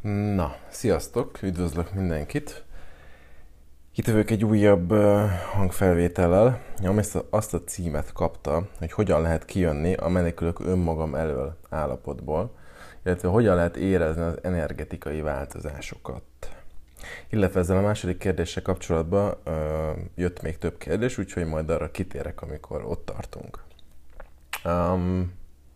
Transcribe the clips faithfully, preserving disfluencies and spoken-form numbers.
Na, sziasztok, üdvözlök mindenkit! Kitövök egy újabb uh, hangfelvétellel, ami azt a címet kapta, hogy hogyan lehet kijönni a menekülök önmagam elől állapotból, illetve hogyan lehet érezni az energetikai változásokat. Illetve ezzel a második kérdéssel kapcsolatban uh, jött még több kérdés, úgyhogy majd arra kitérek, amikor ott tartunk. Um,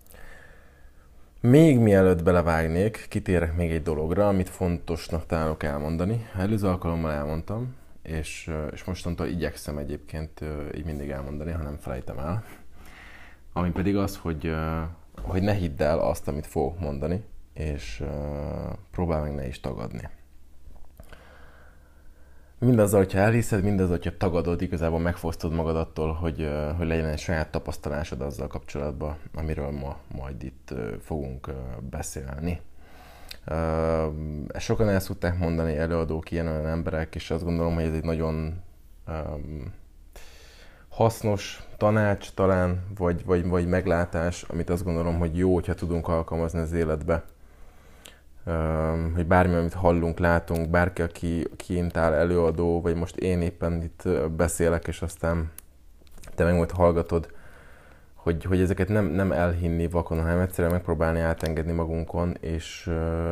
Még mielőtt belevágnék, kitérek még egy dologra, amit fontosnak találok elmondani. Előző alkalommal elmondtam, és, és mostantól igyekszem egyébként így mindig elmondani, ha nem felejtem el. Ami pedig az, hogy, hogy ne hidd el azt, amit fogok mondani, és próbálj meg ne is tagadni. Mindazzal, hogyha elhiszed, mindazzal, hogyha tagadod, igazából megfosztod magad attól, hogy, hogy legyen egy saját tapasztalásod azzal kapcsolatban, amiről ma majd itt fogunk beszélni. Sokan el szokták mondani, előadók, ilyen olyan emberek, és azt gondolom, hogy ez egy nagyon um, hasznos tanács talán, vagy, vagy, vagy meglátás, amit azt gondolom, hogy jó, hogyha tudunk alkalmazni az életbe. Hogy bármi, amit hallunk, látunk, bárki, aki kint áll előadó, vagy most én éppen itt beszélek, és aztán te meg majd hallgatod, hogy, hogy ezeket nem, nem elhinni vakon, hanem egyszerűen megpróbálni átengedni magunkon, és,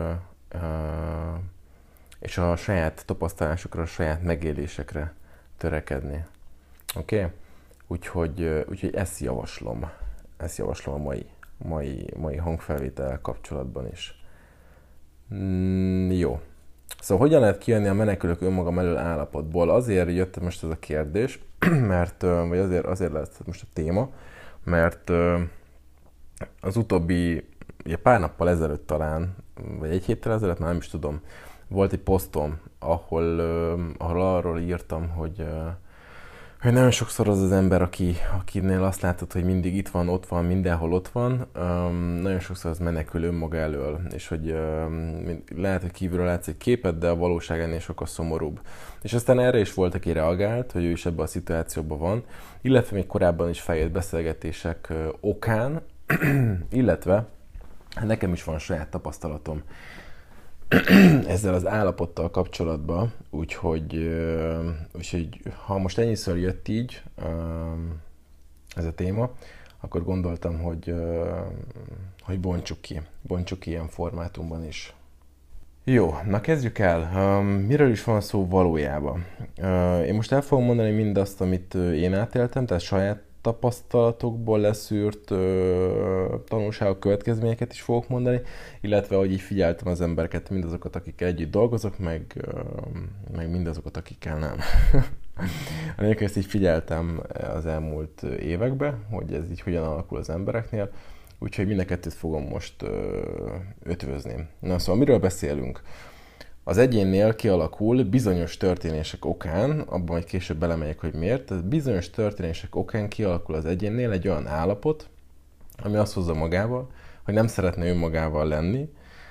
és a saját tapasztalásokra, a saját megélésekre törekedni. Oké? Okay? Úgyhogy, úgyhogy ezt javaslom. Ezt javaslom a mai, mai, mai hangfelvétel kapcsolatban is. Mm, jó. Szóval hogyan lehet kijönni a menekülök önmagam elől állapotból? Azért jött most ez a kérdés, mert, vagy azért, azért lesz most a téma, mert az utóbbi, ugye pár nappal ezelőtt talán, vagy egy héttel ezelőtt, már nem is tudom, volt egy posztom, ahol, ahol arról írtam, hogy hogy nagyon sokszor az az ember, aki, akinél azt látod, hogy mindig itt van, ott van, mindenhol ott van, um, nagyon sokszor az menekül önmaga elől, és hogy um, lehet, hogy kívülről látsz egy képet, de a valóság ennél sokkal szomorúbb. És aztán erre is volt, aki reagált, hogy ő is ebben a szituációban van, illetve még korábban is feljött beszélgetések uh, okán, illetve nekem is van saját tapasztalatom ezzel az állapottal kapcsolatban, úgyhogy, úgyhogy ha most ennyiszor jött így ez a téma, akkor gondoltam, hogy, hogy bontsuk ki, bontsuk ki ilyen formátumban is. Jó, na kezdjük el. Miről is van szó valójában? Én most el fogom mondani mindazt, amit én átéltem, tehát saját tapasztalatokból leszűrt ö, tanulságok, következményeket is fogok mondani, illetve hogy így figyeltem az embereket, mindazokat, akikkel együtt dolgozok, meg, ö, meg mindazokat, akikkel nem. A lényeg, ezt így figyeltem az elmúlt években, hogy ez így hogyan alakul az embereknél, úgyhogy mind a kettőt fogom most ö, ötvözni. Na szóval miről beszélünk? Az egyénnél kialakul bizonyos történések okán, abban majd később belemegyek, hogy miért, tehát bizonyos történések okán kialakul az egyénnél egy olyan állapot, ami azt hozza magával, hogy nem szeretne önmagával lenni,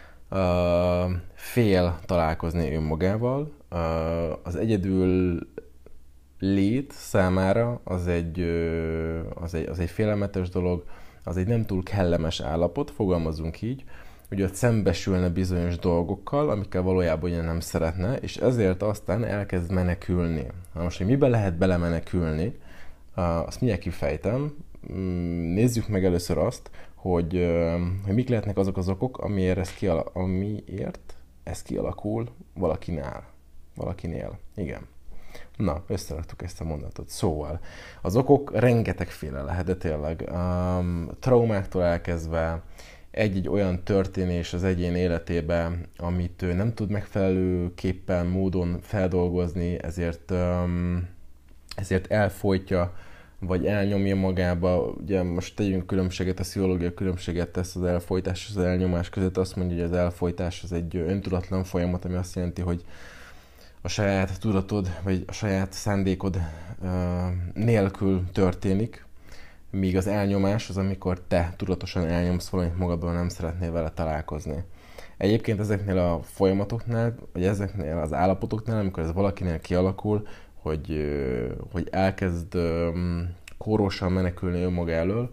fél találkozni önmagával, az egyedül lét számára az egy, az egy, az egy félelmetes dolog, az egy nem túl kellemes állapot, fogalmazunk így, hogy ott szembesülne bizonyos dolgokkal, amikkel valójában ugye nem szeretne, és ezért aztán elkezd menekülni. Na most, hogy miben lehet belemenekülni, azt mindjárt kifejtem. Nézzük meg először azt, hogy, hogy mik lehetnek azok az okok, amiért ez, kiala- amiért ez kialakul valakinál. Valakinél. Igen. Na, összeraktuk ezt a mondatot. Szóval, az okok rengetegféle lehet, de tényleg um, traumáktól elkezdve, egy-egy olyan történés az egyén életében, amit ő nem tud megfelelőképpen módon feldolgozni, ezért, um, ezért elfojtja, vagy elnyomja magába. Ugye most tegyünk különbséget, a pszichológia különbséget tesz az elfojtás és az elnyomás között. Azt mondja, hogy az elfojtás az egy öntudatlan folyamat, ami azt jelenti, hogy a saját tudatod, vagy a saját szándékod uh, nélkül történik, míg az elnyomás az, amikor te tudatosan elnyomsz valamit magadból, nem szeretnél vele találkozni. Egyébként ezeknél a folyamatoknál, vagy ezeknél az állapotoknál, amikor ez valakinél kialakul, hogy, hogy elkezd kórosan menekülni önmaga elől,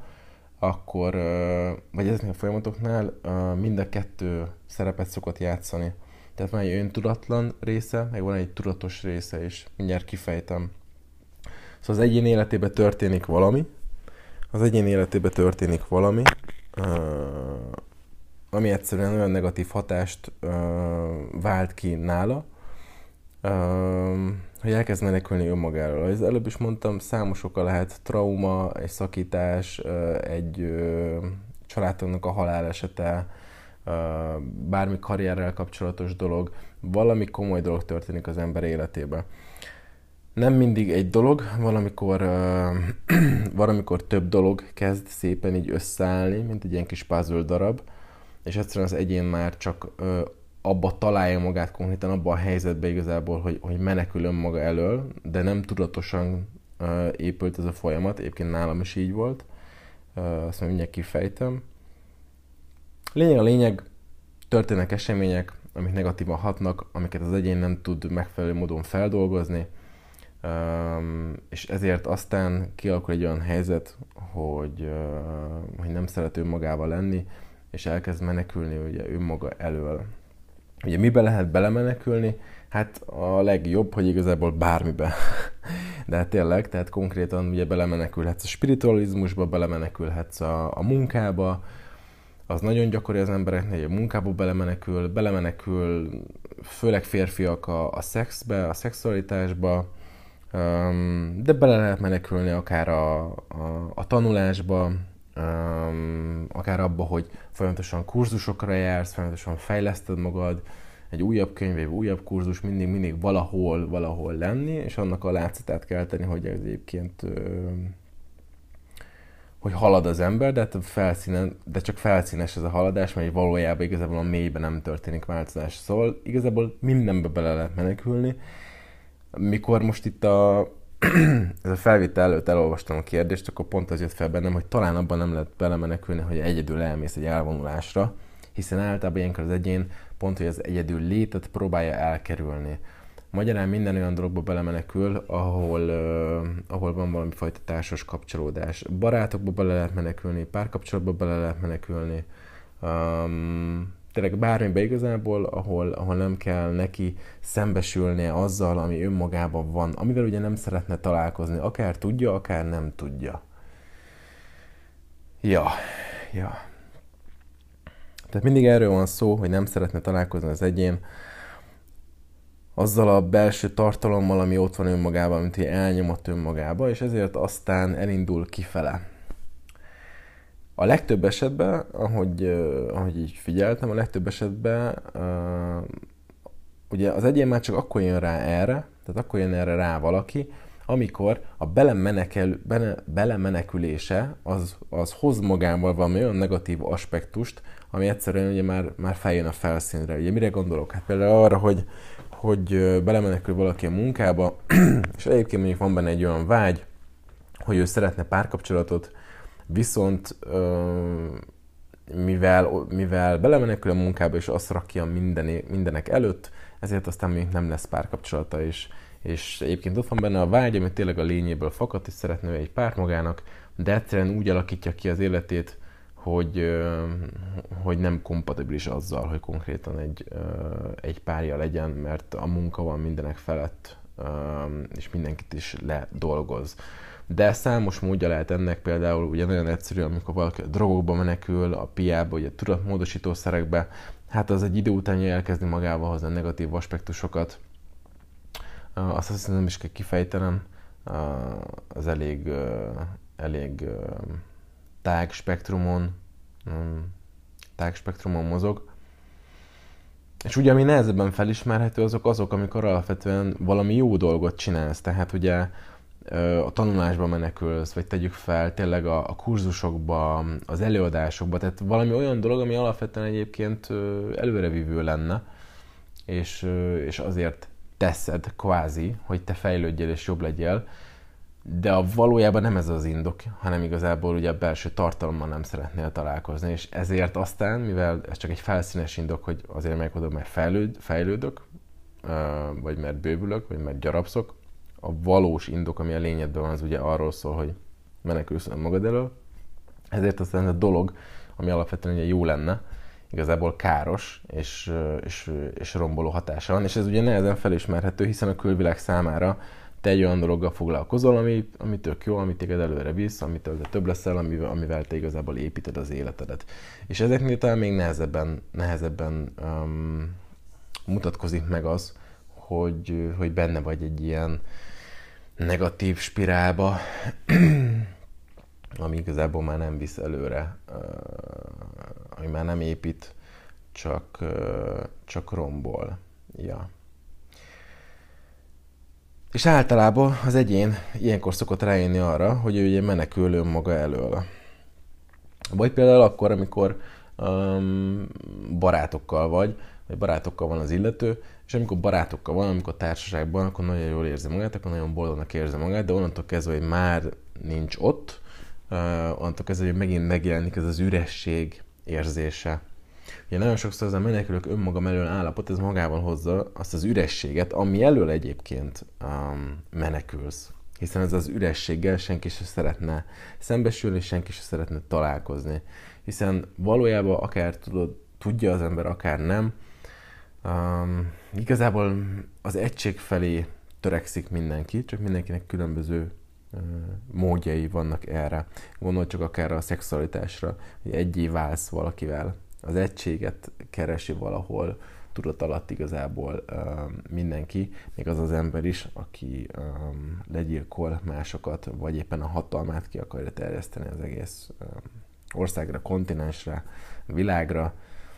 akkor, vagy ezeknél a folyamatoknál mind a kettő szerepet szokott játszani. Tehát van egy öntudatlan része, meg van egy tudatos része is. Mindjárt kifejtem. Szóval az egyén életében történik valami, az egyén életében történik valami, ami egyszerűen olyan negatív hatást vált ki nála, hogy elkezd menekülni önmagáról. Az előbb is mondtam, számos oka lehet: trauma, egy szakítás, egy családtagnak a halálesete, bármi karrierrel kapcsolatos dolog, valami komoly dolog történik az ember életében. Nem mindig egy dolog, valamikor, valamikor több dolog kezd szépen így összeállni, mint egy ilyen kis puzzle darab, és egyszerűen az egyén már csak abba találja magát konkrétan, abba a helyzetbe igazából, hogy, hogy menekül önmaga elől, de nem tudatosan épült ez a folyamat. Egyébként nálam is így volt. Azt már mindjárt kifejtem. Lényeg a lényeg, történnek események, amik negatívan hatnak, amiket az egyén nem tud megfelelő módon feldolgozni, és ezért aztán kialakul egy olyan helyzet, hogy, hogy nem szeret önmagával lenni, és elkezd menekülni ugye önmaga elől. Ugye mibe lehet belemenekülni? Hát a legjobb, hogy igazából bármibe. De hát tényleg, tehát konkrétan ugye belemenekülhetsz a spiritualizmusba, belemenekülhetsz a, a munkába, az nagyon gyakori az embereknél, hogy a munkába belemenekül, belemenekül főleg férfiak a, a szexbe, a szexualitásba, de bele lehet menekülni akár a, a, a tanulásba, Um, akár abba, hogy folyamatosan kurzusokra jársz, folyamatosan fejleszted magad, egy újabb könyv, egy újabb kurzus, mindig, mindig valahol, valahol lenni, és annak a látszatát kell tenni, hogy egyébként um, hogy halad az ember, de, hát felszínen, de csak felszínes ez a haladás, mert valójában igazából a mélyben nem történik változás. Szóval igazából mindenbe bele lehet menekülni. Mikor most itt a ez a felvétel előtt elolvastam a kérdést, akkor pont az jött fel bennem, hogy talán abban nem lehet belemenekülni, hogy egyedül elmész egy elvonulásra, hiszen általában ilyenkor az egyén pont, hogy az egyedül létet próbálja elkerülni. Magyarán minden olyan dologba belemenekül, ahol, uh, ahol van valami fajta társas kapcsolódás. Barátokba bele lehet menekülni, párkapcsolatba bele lehet menekülni, um, tényleg bármibe igazából, ahol, ahol nem kell neki szembesülnie azzal, ami önmagában van, amivel ugye nem szeretne találkozni, akár tudja, akár nem tudja. Ja, ja. Tehát mindig erről van szó, hogy nem szeretne találkozni az egyén azzal a belső tartalommal, ami ott van önmagában, mint hogy elnyomott önmagába, és ezért aztán elindul kifele. A legtöbb esetben, ahogy, ahogy így figyeltem, a legtöbb esetben uh, ugye az egyén már csak akkor jön rá erre, tehát akkor jön erre rá valaki, amikor a belemenekül, bele, belemenekülése az, az hoz magával valami olyan negatív aspektust, ami egyszerűen ugye már, már feljön a felszínre. Ugye mire gondolok? Hát például arra, hogy, hogy belemenekül valaki a munkába, és egyébként mondjuk van benne egy olyan vágy, hogy ő szeretne párkapcsolatot, viszont mivel, mivel belemenekül a munkába, és azt rakja minden, mindenek előtt, ezért aztán még nem lesz párkapcsolata is. És egyébként ott van benne a vágy, ami tényleg a lényéből fakad, és szeretne ő egy párt magának, de egyszerűen úgy alakítja ki az életét, hogy, hogy nem kompatibilis azzal, hogy konkrétan egy, egy párja legyen, mert a munka van mindenek felett, és mindenkit is ledolgoz. De számos módja lehet ennek, például ugye nagyon egyszerű, amikor valaki a drogokba menekül, a piába, ugye tudatmódosítószerekbe, hát az egy idő után elkezdi magával hozni a negatív aspektusokat. Azt hiszem nem is kell kifejtenem, az elég, elég tág spektrumon, tág spektrumon mozog. És ugye ami nehezebben felismerhető, azok azok, amikor alapvetően valami jó dolgot csinálsz, tehát ugye a tanulásba menekülsz, vagy tegyük fel tényleg a, a kurzusokba, az előadásokba, tehát valami olyan dolog, ami alapvetően egyébként előrevívő lenne, és, és azért teszed kvázi, hogy te fejlődjél és jobb legyél, de a valójában nem ez az indok, hanem igazából ugye a belső tartalommal nem szeretnél találkozni, és ezért aztán, mivel ez csak egy felszínes indok, hogy azért megyek oda, mert fejlőd, fejlődök, vagy mert bővülök, vagy mert gyarapszok, a valós indok, ami a lényedben van, az ugye arról szól, hogy menekülsz magad elől, ezért aztán ez a dolog, ami alapvetően ugye jó lenne, igazából káros és, és, és romboló hatása van, és ez ugye nehezen felismerhető, hiszen a külvilág számára te egy olyan dologgal foglalkozol, ami, ami tök jó, amit téged előre visz, amitől te több leszel, amivel, amivel te igazából építed az életedet. És ezeknél talán még nehezebben, nehezebben um, mutatkozik meg az, hogy, hogy benne vagy egy ilyen negatív spirálba, ami igazából már nem visz előre, ami már nem épít, csak, csak rombol. Ja. És általában az egyén ilyenkor szokott rájönni arra, hogy ő ugye menekül önmaga elől. Vagy például akkor, amikor um, barátokkal vagy, vagy barátokkal van az illető, és amikor barátokkal van, amikor társaságban, akkor nagyon jól érzi magát, akkor nagyon boldognak érzi magát, de onnantól kezdve, hogy már nincs ott, uh, onnantól kezdve, hogy megint megjelenik ez az üresség érzése. Ugye nagyon sokszor az a menekülők önmagam elől állapot, ez magával hozza azt az ürességet, ami elől egyébként um, menekülsz. Hiszen ez az ürességgel senki sem szeretne szembesülni, senki sem szeretne találkozni. Hiszen valójában akár tudod, tudja az ember, akár nem, um, igazából az egység felé törekszik mindenki, csak mindenkinek különböző uh, módjai vannak erre. Gondolj csak akár a szexualitásra, hogy egyé válsz valakivel. Az egységet keresi valahol tudat alatt igazából um, mindenki, még az az ember is, aki um, legyilkol másokat, vagy éppen a hatalmát ki akarja terjeszteni az egész um, országra, kontinensre, világra.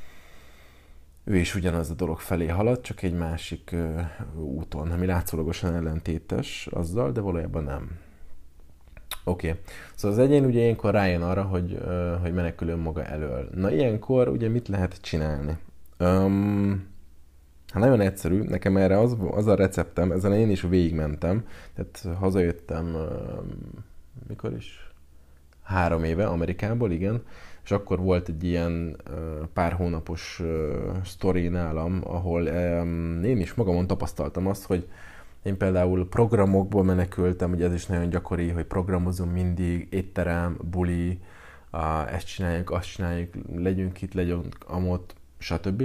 Ő is ugyanaz a dolog felé halad, csak egy másik uh, úton, ami látszólagosan ellentétes azzal, de valójában nem. Oké, okay. Szóval az egyén ugye ilyenkor rájön arra, hogy, uh, hogy menekül önmaga elől. Na ilyenkor ugye mit lehet csinálni? Um, hát nagyon egyszerű, nekem erre az, az a receptem, ezen én is végigmentem, tehát hazajöttem, um, mikor is? Három éve Amerikából, igen, és akkor volt egy ilyen uh, pár hónapos uh, sztori nálam, ahol um, én is magamon tapasztaltam azt, hogy én például programokból menekültem, ugye ez is nagyon gyakori, hogy programozom mindig, étterem, buli, uh, ezt csináljuk, azt csináljuk, legyünk itt, legyünk amott, stb.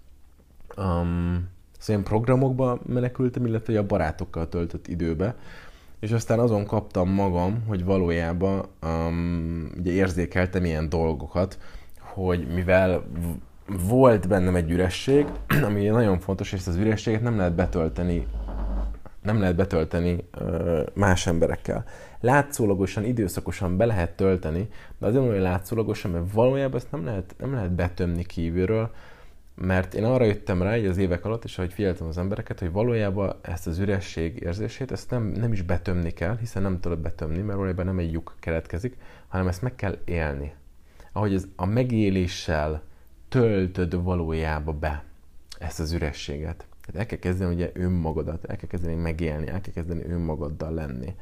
Um, szóval én programokba menekültem, illetve a barátokkal töltött időbe, és aztán azon kaptam magam, hogy valójában um, ugye érzékeltem ilyen dolgokat, hogy mivel volt bennem egy üresség, ami nagyon fontos, és az ürességet nem lehet betölteni nem lehet betölteni uh, más emberekkel. Látszólagosan, időszakosan be lehet tölteni, de azért mondom, hogy látszólagosan, mert valójában ezt nem lehet, nem lehet betömni kívülről, mert én arra jöttem rá így az évek alatt, és ahogy figyeltem az embereket, hogy valójában ezt az üresség érzését, ezt nem, nem is betömni kell, hiszen nem tudod betömni, mert valójában nem egy lyuk keletkezik, hanem ezt meg kell élni. Ahogy ez a megéléssel töltöd valójában be ezt az ürességet. Tehát el kell kezdeni ugye önmagadat, el kell kezdeni megélni, el kell kezdeni önmagaddal lenni.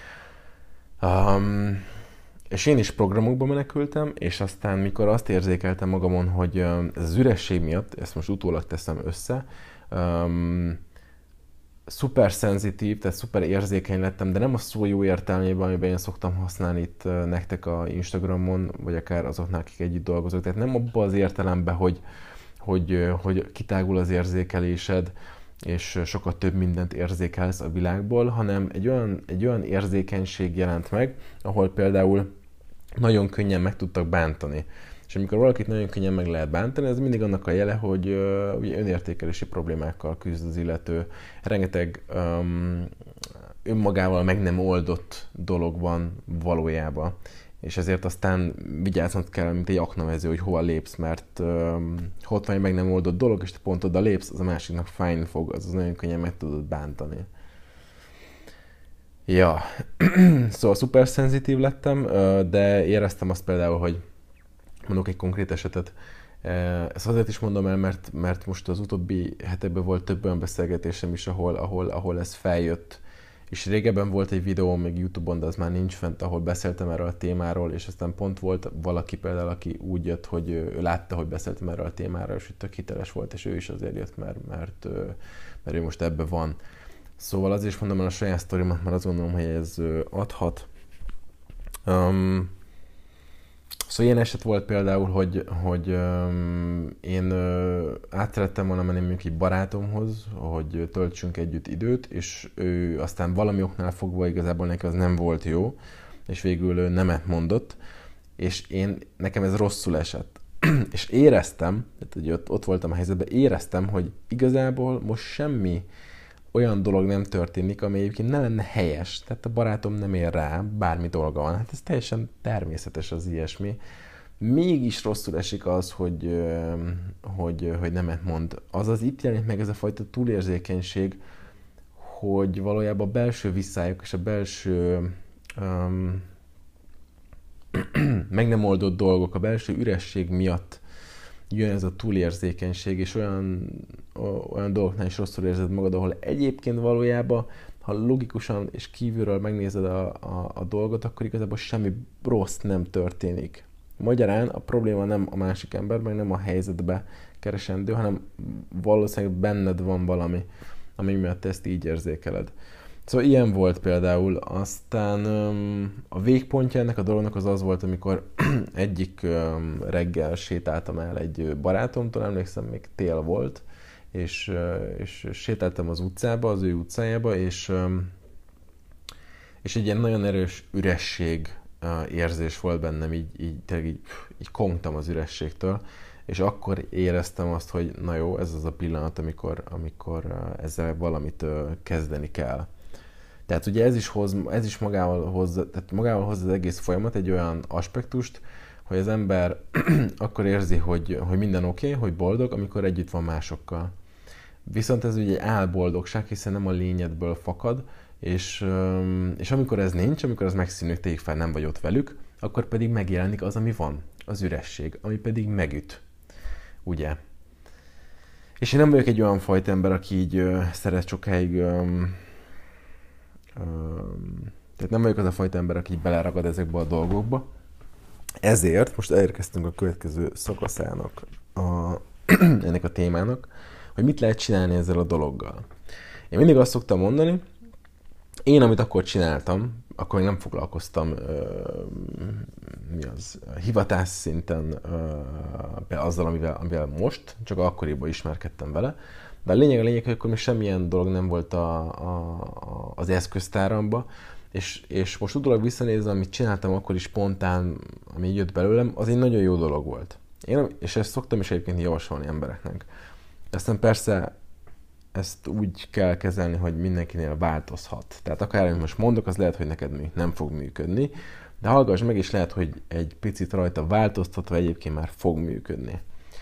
Um, és én is programokba menekültem, és aztán mikor azt érzékeltem magamon, hogy ez az üresség miatt, ezt most utólag teszem össze, um, szuper szenzitív, tehát szuper érzékeny lettem, de nem a szó jó értelmében, amiben én szoktam használni itt nektek a Instagramon, vagy akár azoknál, akik együtt dolgozok. Tehát nem abban az értelemben, hogy Hogy, hogy kitágul az érzékelésed, és sokkal több mindent érzékelsz a világból, hanem egy olyan, egy olyan érzékenység jelent meg, ahol például nagyon könnyen meg tudtak bántani. És amikor valakit nagyon könnyen meg lehet bántani, ez mindig annak a jele, hogy uh, ugye önértékelési problémákkal küzd az illető. Rengeteg um, önmagával meg nem oldott dolog van valójában. És ezért aztán vigyáznod kell, mint egy aknavező, hogy hova lépsz, mert um, ha ott van egy meg nem oldott dolog, és te pont oda lépsz, az a másiknak fájni fog, az, az nagyon könnyen meg tudod bántani. Ja, szóval szuper szenzitív lettem, de éreztem azt például, hogy mondok egy konkrét esetet, ezt azért is mondom el, mert, mert most az utóbbi hetekben volt több olyan beszélgetésem is, ahol, ahol, ahol ez feljött. És régebben volt egy videóm még YouTube-on, de az már nincs fent, ahol beszéltem erről a témáról, és aztán pont volt valaki például, aki úgy jött, hogy ő látta, hogy beszéltem erről a témáról, és hogy tök hiteles volt, és ő is azért jött, mert, mert, mert ő most ebben van. Szóval azért is mondom el a saját sztorimat, mert azt gondolom, hogy ez adhat. Um, Szóval ilyen eset volt például, hogy, hogy um, én uh, át szerettem volna menni mondjuk egy barátomhoz, hogy töltsünk együtt időt, és ő aztán valami oknál fogva igazából neki az nem volt jó, és végül ő nemet mondott, és én, nekem ez rosszul esett. És éreztem, tehát, hogy ott, ott voltam a helyzetben, éreztem, hogy igazából most semmi olyan dolog nem történik, ami egyébként ne lenne helyes. Tehát a barátom nem ér rá, bármi dolga van. Hát ez teljesen természetes az ilyesmi. Mégis rosszul esik az, hogy, hogy, hogy nemet mond. Azaz itt jelenik meg ez a fajta túlérzékenység, hogy valójában a belső visszályok és a belső um, meg nem oldott dolgok, a belső üresség miatt jön ez a túlérzékenység, és olyan, olyan dolgoknál is rosszul érzed magad, ahol egyébként valójában, ha logikusan és kívülről megnézed a, a, a dolgot, akkor igazából semmi rossz nem történik. Magyarán a probléma nem a másik ember, meg nem a helyzetbe keresendő, hanem valószínűleg benned van valami, ami miatt ezt így érzékeled. Szóval ilyen volt például. Aztán um, a végpontja ennek a dolognak az az volt, amikor egyik um, reggel sétáltam el egy barátomtól, emlékszem, még tél volt, és, uh, és sétáltam az utcába, az ő utcájába, és, um, és egy ilyen nagyon erős üresség uh, érzés volt bennem, így, így, tényleg így, így kongtam az ürességtől, és akkor éreztem azt, hogy na jó, ez az a pillanat, amikor, amikor uh, ezzel valamit uh, kezdeni kell. Tehát ugye ez is, hoz, ez is magával, hozza, tehát magával hozza az egész folyamat egy olyan aspektust, hogy az ember akkor érzi, hogy, hogy minden oké, okay, hogy boldog, amikor együtt van másokkal. Viszont ez ugye egy álboldogság, hiszen nem a lényedből fakad, és, és amikor ez nincs, amikor ez megszűnik, téged fel nem vagy ott velük, akkor pedig megjelenik az, ami van, az üresség, ami pedig megüt. Ugye? És én nem vagyok egy olyan fajta ember, aki így uh, szeret sokáig... Um, Tehát nem vagyok az a fajta ember, aki beleragad ezekbe a dolgokba. Ezért most elérkeztünk a következő szakaszának, a, ennek a témának, hogy mit lehet csinálni ezzel a dologgal. Én mindig azt szoktam mondani, én amit akkor csináltam, akkor még nem foglalkoztam ö, mi az, hivatás szinten ö, azzal, amivel, amivel most, csak akkoriban ismerkedtem vele. De a lényeg a lényeg, hogy akkor még semmilyen dolog nem volt a, a, a, az eszköztáramba, és, és most utólag visszanézve, amit csináltam akkor is spontán, ami jött belőlem, az egy nagyon jó dolog volt. Én, és ezt szoktam is egyébként javasolni embereknek. Aztán persze ezt úgy kell kezelni, hogy mindenkinél változhat. Tehát akár, amit most mondok, az lehet, hogy neked nem fog működni, de hallgass meg, és lehet, hogy egy picit rajta változtatva egyébként már fog működni.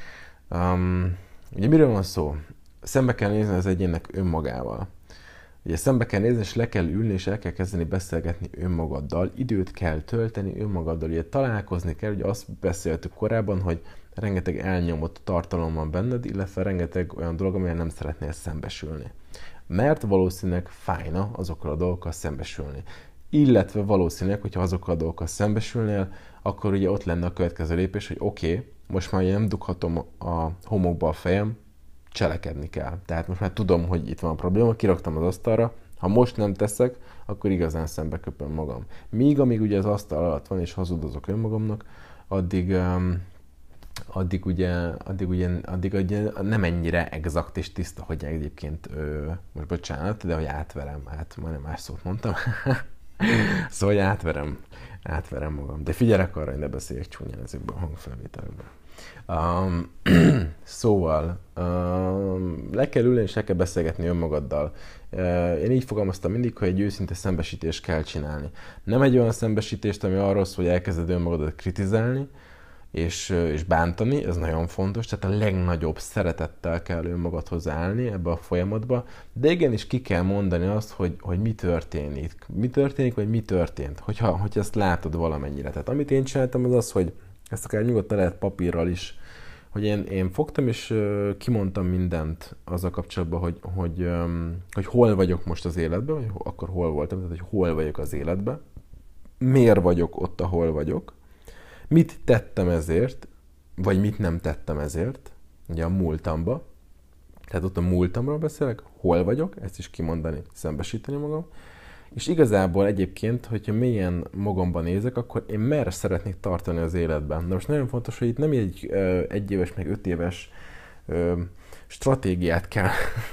Um, ugye miről van szó? Szembe kell nézni az egyének önmagával. Ugye szembe kell nézni, és le kell ülni, és el kell kezdeni beszélgetni önmagaddal. Időt kell tölteni önmagaddal, ugye találkozni kell, ugye azt beszéltük korábban, hogy rengeteg elnyomott tartalom van benned, illetve rengeteg olyan dolog, amelyen nem szeretnél szembesülni. Mert valószínűleg fájna azokkal a dolgokkal szembesülni. Illetve valószínűleg, hogyha azokkal a dolgokkal szembesülnél, akkor ugye ott lenne a következő lépés, hogy oké, okay, most már nem dughatom a homokba a fejem, cselekedni kell. Tehát most már tudom, hogy itt van a probléma, kiraktam az asztalra, ha most nem teszek, akkor igazán szembe köpöm magam. Míg amíg ugye az asztal alatt van, és hazudozok önmagamnak, addig, um, addig, ugye, addig, ugye, addig ugye nem ennyire exakt és tiszta, hogy egyébként, ö, most bocsánat, de hogy átverem, hát majdnem más szót mondtam. Szóval, hogy átverem, átverem magam. De figyelek arra, hogy ne beszéljek csúnyán ezekben a hangfelvételekben. Um, szóval um, le kell ülni és le kell beszélgetni önmagaddal. Uh, én így fogalmaztam mindig, hogy egy őszinte szembesítést kell csinálni. Nem egy olyan szembesítést, ami arról szól, hogy elkezded önmagadat kritizálni és, és bántani, ez nagyon fontos, tehát a legnagyobb szeretettel kell önmagadhoz állni ebbe a folyamatba, de igenis ki kell mondani azt, hogy, hogy mi történik. Mi történik, vagy mi történt, hogyha, hogyha ezt látod valamennyire. Tehát amit én csináltam, az az, hogy ezt akár nyugodtan lehet papírral is, hogy én, én fogtam és uh, kimondtam mindent azzal kapcsolatban, hogy, hogy, um, hogy hol vagyok most az életben, vagy akkor hol voltam, tehát hogy hol vagyok az életben, miért vagyok ott, ahol vagyok, mit tettem ezért, vagy mit nem tettem ezért, ugye a múltamba, tehát ott a múltamról beszélek, hol vagyok, ezt is kimondani, szembesíteni magam, És igazából egyébként, hogyha mélyen magamban nézek, akkor én merre szeretnék tartani az életben. De most nagyon fontos, hogy itt nem egy ö, egyéves, meg öt éves ö, stratégiát kell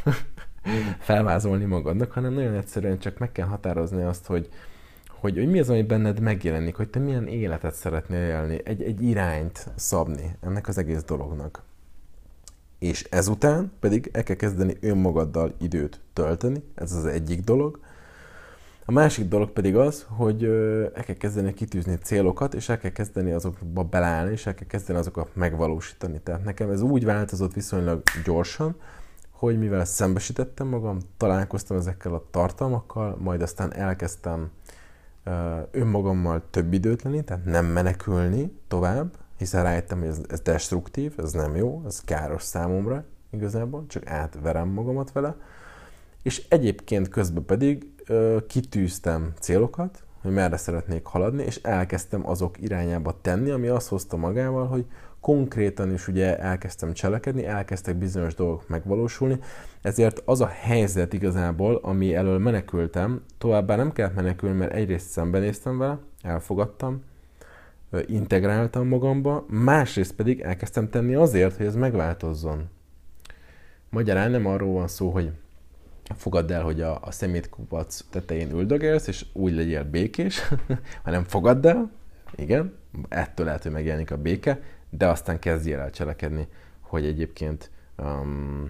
felvázolni magadnak, hanem nagyon egyszerűen csak meg kell határozni azt, hogy, hogy, hogy mi az, ami benned megjelenik, hogy te milyen életet szeretnél élni, egy, egy irányt szabni ennek az egész dolognak. És ezután pedig el kell kezdeni önmagaddal időt tölteni, ez az egyik dolog. A másik dolog pedig az, hogy el kell kezdeni kitűzni célokat, és el kell kezdeni azokba beleállni, és el kell kezdeni azokat megvalósítani. Tehát nekem ez úgy változott viszonylag gyorsan, hogy mivel szembesítettem magam, találkoztam ezekkel a tartalmakkal, majd aztán elkezdtem önmagammal több időt lenni, tehát nem menekülni tovább, hiszen rájöttem, hogy ez, ez destruktív, ez nem jó, ez káros számomra igazából, csak átverem magamat vele. És egyébként közben pedig ö, kitűztem célokat, hogy merre szeretnék haladni, és elkezdtem azok irányába tenni, ami azt hozta magával, hogy konkrétan is ugye elkezdtem cselekedni, elkezdtek bizonyos dolgok megvalósulni, ezért az a helyzet igazából, ami elől menekültem, továbbá nem kellett menekülni, mert egyrészt szembenéztem vele, elfogadtam, integráltam magamba, másrészt pedig elkezdtem tenni azért, hogy ez megváltozzon. Magyarán nem arról van szó, hogy fogadd el, hogy a, a szemétkupac tetején üldögélsz, és úgy legyél békés, hanem fogadd el, igen, ettől lehet, hogy megjelenik a béke, de aztán kezdjél el cselekedni, hogy egyébként um,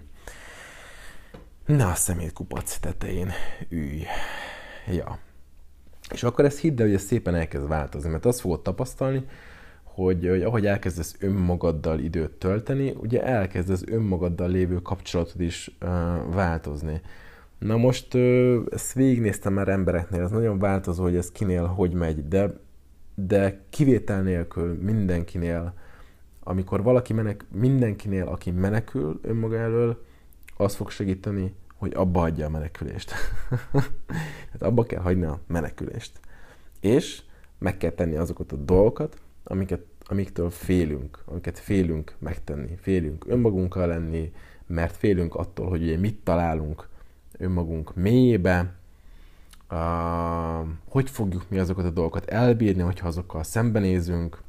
ne a szemétkupac tetején ülj. Ja. És akkor ezt hidd el, hogy ez szépen elkezd változni, mert azt fogod tapasztalni, hogy, hogy ahogy elkezdesz önmagaddal időt tölteni, ugye elkezdesz önmagaddal lévő kapcsolatod is uh, változni. Na most uh, ezt végignéztem már embereknél, ez nagyon változó, hogy ez kinél hogy megy, de, de kivétel nélkül mindenkinél, amikor valaki menek, mindenkinél, aki menekül önmaga elől, az fog segíteni, hogy abba hagyja a menekülést. Hát abba kell hagyni a menekülést. És meg kell tenni azokat a dolgokat, amiket, amiktől félünk, amiket félünk megtenni. Félünk önmagunkkal lenni, mert félünk attól, hogy ugye mit találunk önmagunk mélyébe, uh, hogy fogjuk mi azokat a dolgokat elbírni, hogyha azokkal szembenézünk,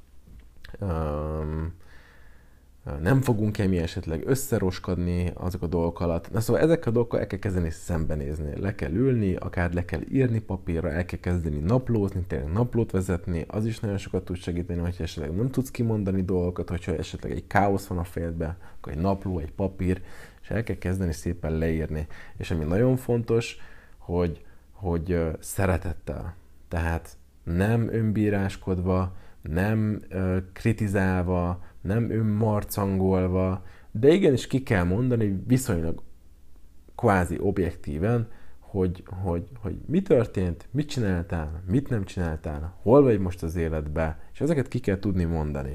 um, nem fogunk-e mi esetleg összeroskadni azok a dolgok alatt. Na szóval ezek a dolgokkal el kell kezdeni szembenézni. Le kell ülni, akár le kell írni papírra, el kell kezdeni naplózni, tényleg naplót vezetni, az is nagyon sokat tud segíteni, hogyha esetleg nem tudsz kimondani dolgokat, hogyha esetleg egy káosz van a fejedben, akkor egy napló, egy papír, és el kell kezdeni szépen leírni. És ami nagyon fontos, hogy, hogy szeretettel. Tehát nem önbíráskodva, nem uh, kritizálva, nem önmarcangolva, de igenis ki kell mondani viszonylag kvázi objektíven, hogy, hogy, hogy mi történt, mit csináltál, mit nem csináltál, hol vagy most az életbe, és ezeket ki kell tudni mondani.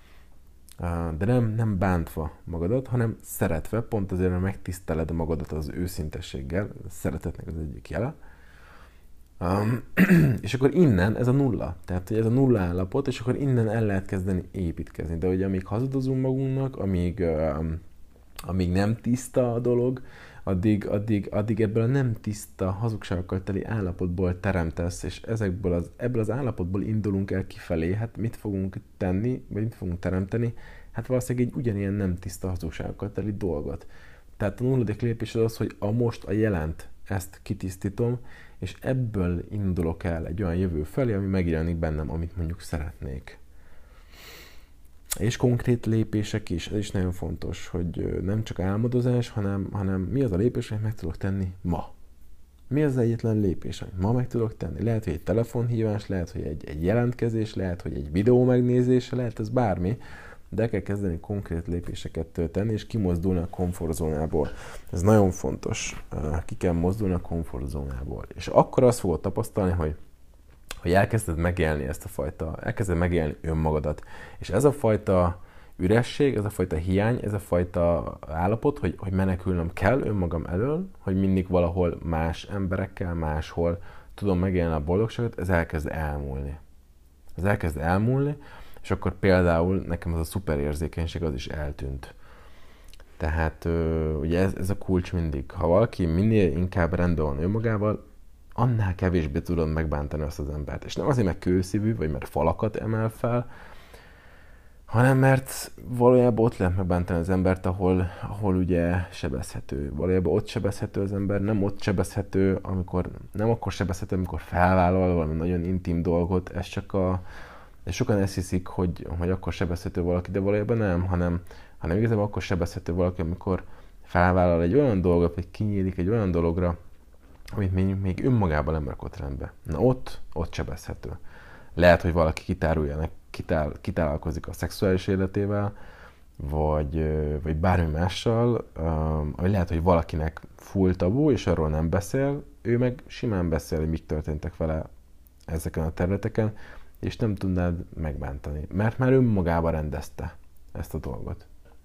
De nem, nem bántva magadat, hanem szeretve, pont azért, mert megtiszteled magadat az őszintességgel, szeretetnek az egyik jele. Um, és akkor innen ez a nulla, tehát hogy ez a nulla állapot, és akkor innen el lehet kezdeni építkezni. De hogy amíg hazudozunk magunknak, amíg, um, amíg nem tiszta a dolog, addig, addig, addig ebből a nem tiszta, hazugságokkal teli állapotból teremtesz, és ezekből az, ebből az állapotból indulunk el kifelé, hát mit fogunk tenni, vagy mit fogunk teremteni? Hát valószínűleg egy ugyanilyen nem tiszta, hazugságokkal teli dolgot. Tehát a nulladik lépés az az, hogy a most, a jelent, ezt kitisztítom, és ebből indulok el egy olyan jövő felé, ami megjelenik bennem, amit mondjuk szeretnék. És konkrét lépések is, ez is nagyon fontos, hogy nem csak álmodozás, hanem, hanem mi az a lépés, amit meg tudok tenni ma. Mi az egyetlen lépés, amit ma meg tudok tenni? Lehet, hogy egy telefonhívás, lehet, hogy egy, egy jelentkezés, lehet, hogy egy videó megnézés, lehet ez bármi, de kell kezdeni konkrét lépéseket tenni, és kimozdulni a komfortzónából. Ez nagyon fontos. Ki kell mozdulni a komfortzónából. És akkor azt fogod tapasztalni, hogy, hogy elkezded megélni ezt a fajta, elkezded megélni önmagadat. És ez a fajta üresség, ez a fajta hiány, ez a fajta állapot, hogy, hogy menekülnöm kell önmagam elől, hogy mindig valahol más emberekkel, máshol tudom megélni a boldogságot, ez elkezd elmúlni. Ez elkezd elmúlni, és akkor például nekem az a szuperérzékenység az is eltűnt. Tehát ugye ez, ez a kulcs mindig. Ha valaki minél inkább rendben van önmagával, annál kevésbé tudod megbántani azt az embert. És nem azért, mert kőszívű, vagy mert falakat emel fel, hanem mert valójában ott lehet megbántani az embert, ahol, ahol ugye sebezhető. Valójában ott sebezhető az ember, nem ott sebezhető, amikor, nem akkor sebezhető, amikor felvállal valami nagyon intim dolgot, ez csak a, és sokan ezt hiszik, hogy, hogy akkor sebezhető valaki, de valójában nem, hanem, hanem igazából akkor sebezhető valaki, amikor felvállal egy olyan dolgot, vagy kinyílik egy olyan dologra, amit még, még önmagában nem rakott rendbe. Na ott, ott sebezhető. Lehet, hogy valaki kitárulja, kitál, kitállalkozik a szexuális életével, vagy, vagy bármi mással, vagy lehet, hogy valakinek full tabu, és arról nem beszél, ő meg simán beszél, hogy mik történtek vele ezeken a területeken, és nem tudnád megbántani, mert már önmagában rendezte ezt a dolgot.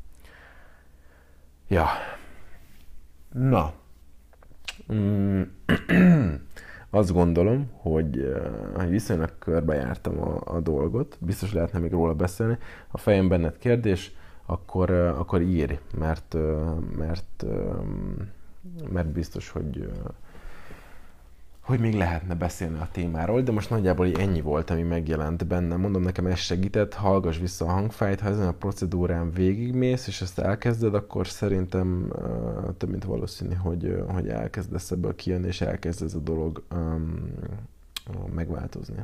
Ja. Na. Mm. Azt gondolom, hogy, hogy viszonylag körbejártam a, a dolgot, biztos lehetne még róla beszélni. Ha fejem benned kérdés, akkor, akkor írj, mert, mert, mert biztos, hogy, hogy még lehetne beszélni a témáról, de most nagyjából ennyi volt, ami megjelent bennem. Mondom, nekem ez segített, hallgass vissza a hangfájt, ha ezen a procedúrán végigmész, és ezt elkezded, akkor szerintem uh, több mint valószínű, hogy, hogy elkezdesz ebből kijönni, és elkezd ez a dolog um, megváltozni.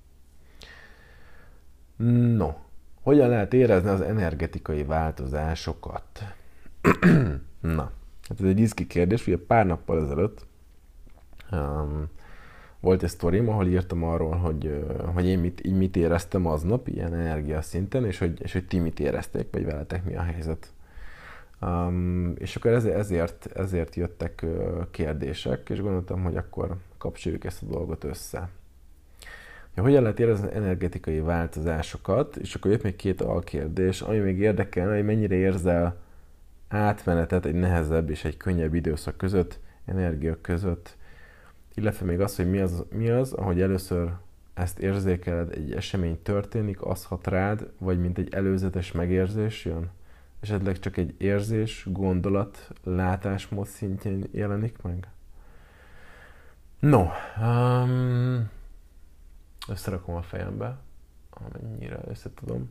No, hogyan lehet érezni az energetikai változásokat? Na, hát ez egy izgi kérdés, ugye pár nappal ezelőtt um, volt egy sztorim, ahol írtam arról, hogy, hogy én mit, így mit éreztem aznap, ilyen energia szinten, és hogy, és hogy ti mit érezték, vagy veletek mi a helyzet. Um, és akkor ezért, ezért, ezért jöttek kérdések, és gondoltam, hogy akkor kapcsoljuk ezt a dolgot össze. Ja, hogyan lehet érezni energetikai változásokat, és akkor jött még két alkérdés, ami még érdekel, hogy mennyire érzel átmenetet egy nehezebb és egy könnyebb időszak között, energiák között, illetve még az, hogy mi az, mi az, ahogy először ezt érzékeled, egy esemény történik, az hat rád, vagy mint egy előzetes megérzés jön? Esetleg csak egy érzés, gondolat, látásmód szintjén jelenik meg? No, um, összerakom a fejembe, amennyire összetudom.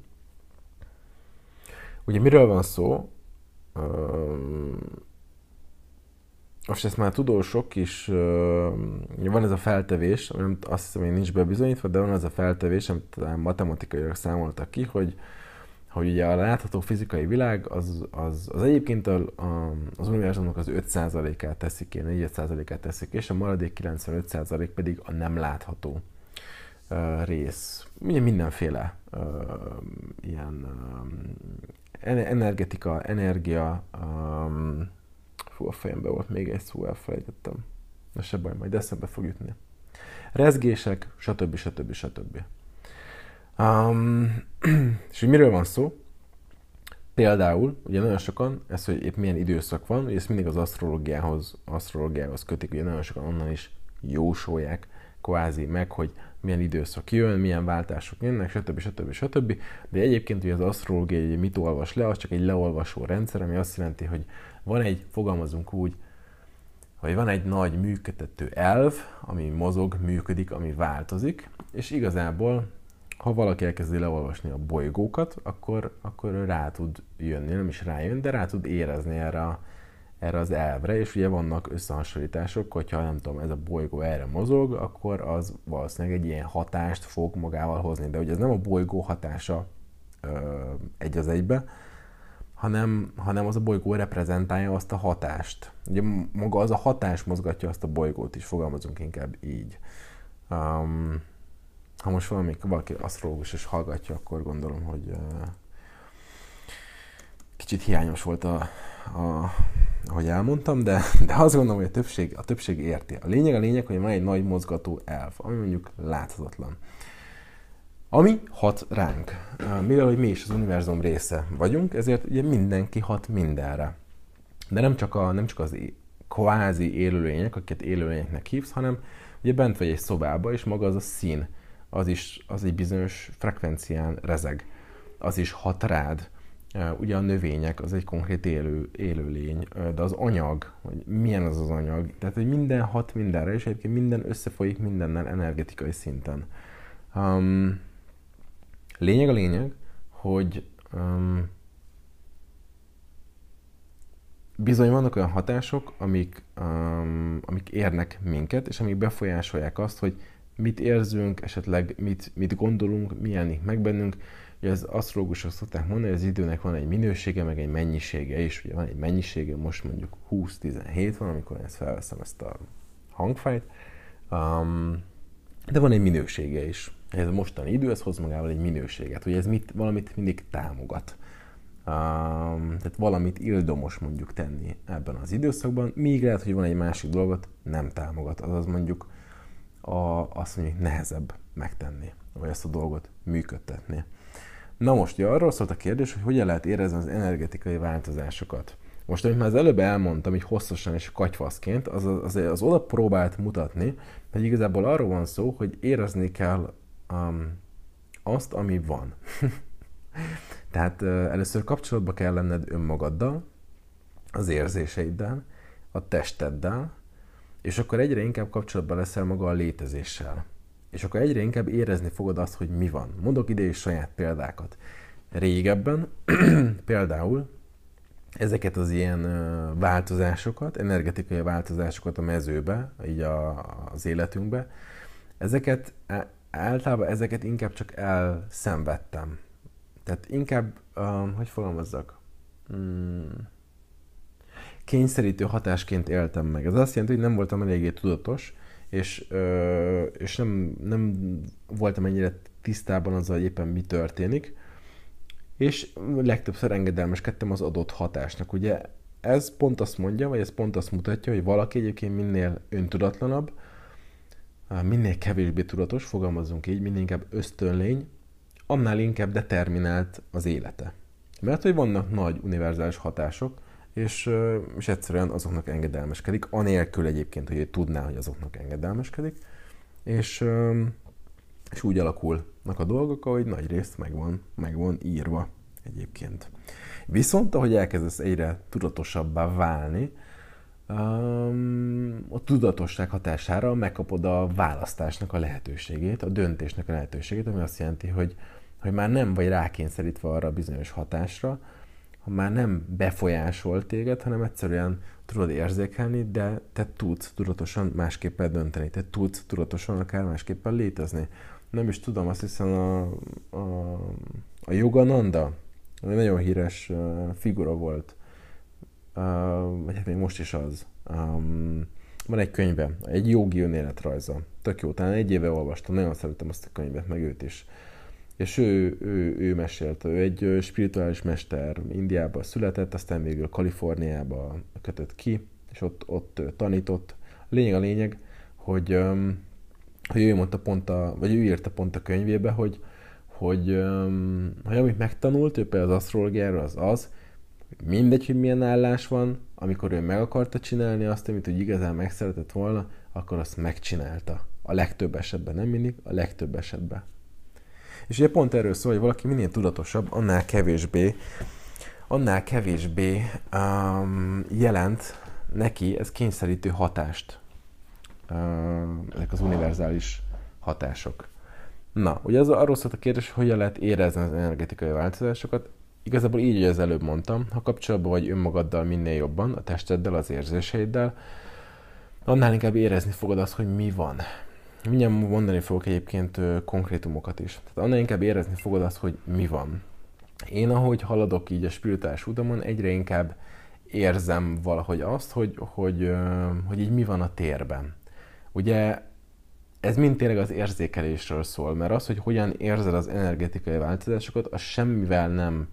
Ugye miről van szó? Um, Most ezt már tudósok is, uh, van ez a feltevés, nem, azt hiszem, hogy nincs bebizonyítva, de van ez a feltevés, amit matematikailag számoltak ki, hogy, hogy ugye a látható fizikai világ az, az, az egyébként a, a, az univerzumnak az öt százalékát teszik ki, négy százalékát teszik ki, és a maradék kilencvenöt százalék pedig a nem látható uh, rész. Ugye mindenféle uh, ilyen uh, energetika, energia, um, Fú, a fejemben volt még egy szó, elfelejtettem. Na se baj, majd eszembe fog jutni. Rezgések, stb. stb. stb. Um, és hogy miről van szó? Például, ugye nagyon sokan, ez, hogy épp milyen időszak van, ugye ezt mindig az asztrológiához, asztrológiához kötik, ugye nagyon sokan onnan is jósolják kvázi meg, hogy milyen időszak jön, milyen váltások jönnek, stb. stb. stb. De egyébként ugye az asztrológia, hogy mit olvas le, az csak egy leolvasó rendszer, ami azt jelenti, hogy van egy, fogalmazunk úgy, hogy van egy nagy működtető elv, ami mozog, működik, ami változik, és igazából, ha valaki elkezdi leolvasni a bolygókat, akkor, akkor ő rá tud jönni, nem is rájön, de rá tud érezni erre, a, erre az elvre, és ugye vannak összehasonlítások, hogyha nem tudom, ez a bolygó erre mozog, akkor az valószínűleg egy ilyen hatást fog magával hozni, de ugye ez nem a bolygó hatása ö, egy az egybe, hanem, hanem az a bolygó reprezentálja azt a hatást. Ugye maga az a hatás mozgatja azt a bolygót is, fogalmazunk inkább így. Um, ha most valami, valaki asztrológus is hallgatja, akkor gondolom, hogy uh, kicsit hiányos volt, a, a, ahogy elmondtam, de, de azt gondolom, hogy a többség, a többség érti. A lényeg a lényeg, hogy van egy nagy mozgató elv, ami mondjuk láthatatlan. Ami hat ránk. Mivel, hogy mi is az univerzum része vagyunk, ezért ugye mindenki hat mindenre. De nem csak, a, nem csak az kvázi élőlények, akiket élőlényeknek hívsz, hanem ugye bent vagy egy szobába, és maga az a szín, az is az egy bizonyos frekvencián rezeg. Az is hat rád. Ugye a növények az egy konkrét élő, élőlény, de az anyag, hogy milyen az az anyag, tehát hogy minden hat mindenre, és egyébként minden összefolyik mindennel energetikai szinten. Um, lényeg a lényeg, hogy um, bizony vannak olyan hatások, amik, um, amik érnek minket, és amik befolyásolják azt, hogy mit érzünk, esetleg mit, mit gondolunk, mi jelenik meg bennünk. Ugye az asztrológusok szokták mondani, hogy az időnek van egy minősége, meg egy mennyisége is. Ugye van egy mennyisége, most mondjuk húsz tizenhét van, amikor ezt felveszem ezt a hangfájt. Um, de van egy minősége is. Ez a mostani idő, ez hoz magával egy minőséget, hogy ez mit, valamit mindig támogat. Um, tehát valamit ildomos mondjuk tenni ebben az időszakban, míg lehet, hogy van egy másik dolgot, nem támogat. Azaz mondjuk a, azt mondjuk nehezebb megtenni, vagy ezt a dolgot működtetni. Na most, ja, arról szólt a kérdés, hogy hogyan lehet érezni az energetikai változásokat. Most, amit már az előbb elmondtam, így hosszasan és katyfaszként, az, az, az oda próbált mutatni, hogy igazából arról van szó, hogy érezni kell um, azt, ami van. Tehát uh, először kapcsolatba kell lenned önmagaddal, az érzéseiddel, a testeddel, és akkor egyre inkább kapcsolatban leszel maga a létezéssel. És akkor egyre inkább érezni fogod azt, hogy mi van. Mondok ide is saját példákat. Régebben például ezeket az ilyen változásokat, energetikai változásokat a mezőbe, így a, az életünkbe, ezeket általában ezeket inkább csak elszenvedtem. Tehát inkább, um, hogy fogalmazzak, hmm, kényszerítő hatásként éltem meg. Ez azt jelenti, hogy nem voltam eléggé tudatos, és, ö, és nem, nem voltam ennyire tisztában azzal, hogy éppen mi történik, és legtöbbször engedelmeskedtem az adott hatásnak. Ugye ez pont azt mondja, vagy ez pont azt mutatja, hogy valaki egyébként minél öntudatlanabb, minél kevésbé tudatos, fogalmazzunk így, minél inkább ösztönlény, annál inkább determinált az élete. Mert hogy vannak nagy univerzális hatások, és, és egyszerűen azoknak engedelmeskedik, anélkül egyébként, hogy ő tudná, hogy azoknak engedelmeskedik, és, és úgy alakulnak a dolgok, ahogy nagy részt meg van, meg van írva egyébként. Viszont, ahogy elkezdesz egyre tudatosabbá válni, a tudatosság hatására megkapod a választásnak a lehetőségét, a döntésnek a lehetőségét, ami azt jelenti, hogy, hogy már nem vagy rákényszerítve arra a bizonyos hatásra, ha már nem befolyásol téged, hanem egyszerűen tudod érzékelni, de te tudsz tudatosan másképpen dönteni, te tudsz tudatosan akár másképpen létezni. Nem is tudom, azt hiszem a, a, a Yogananda, egy nagyon híres uh, figura volt, uh, vagy hát még most is az. Um, van egy könyve, egy jogi önéletrajza. Tök jó, talán egy éve olvastam, nagyon szeretem azt a könyvet, meg őt is. És ő, ő, ő mesélte, ő egy spirituális mester, Indiában született, aztán végül Kaliforniába kötött ki, és ott, ott tanított. A lényeg a lényeg, hogy, hogy ő mondta pont a, vagy ő írta pont a könyvébe, hogy, hogy, hogy amit megtanult, ő például az asztrológiáról, az az, hogy mindegy, hogy milyen állás van, amikor ő meg akarta csinálni azt, amit úgy igazán megszeretett volna, akkor azt megcsinálta. A legtöbb esetben, nem mindig, a legtöbb esetben. És ugye pont erről szól, hogy valaki minél tudatosabb, annál kevésbé, annál kevésbé um, jelent neki ez kényszerítő hatást. Um, ezek az univerzális hatások. Na, ugye az arról szólt a kérdés, hogy hogyan lehet érezni az energetikai változásokat. Igazából így, hogy az előbb mondtam, ha kapcsolatban vagy önmagaddal minél jobban, a testeddel, az érzéseiddel, annál inkább érezni fogod azt, hogy mi van. Mindjárt mondani fogok egyébként konkrétumokat is. Tehát annál inkább érezni fogod azt, hogy mi van. Én, ahogy haladok így a spirituális utamon, egyre inkább érzem valahogy azt, hogy, hogy, hogy így mi van a térben. Ugye ez mind tényleg az érzékelésről szól, mert az, hogy hogyan érzed az energetikai változásokat, az semmivel nem,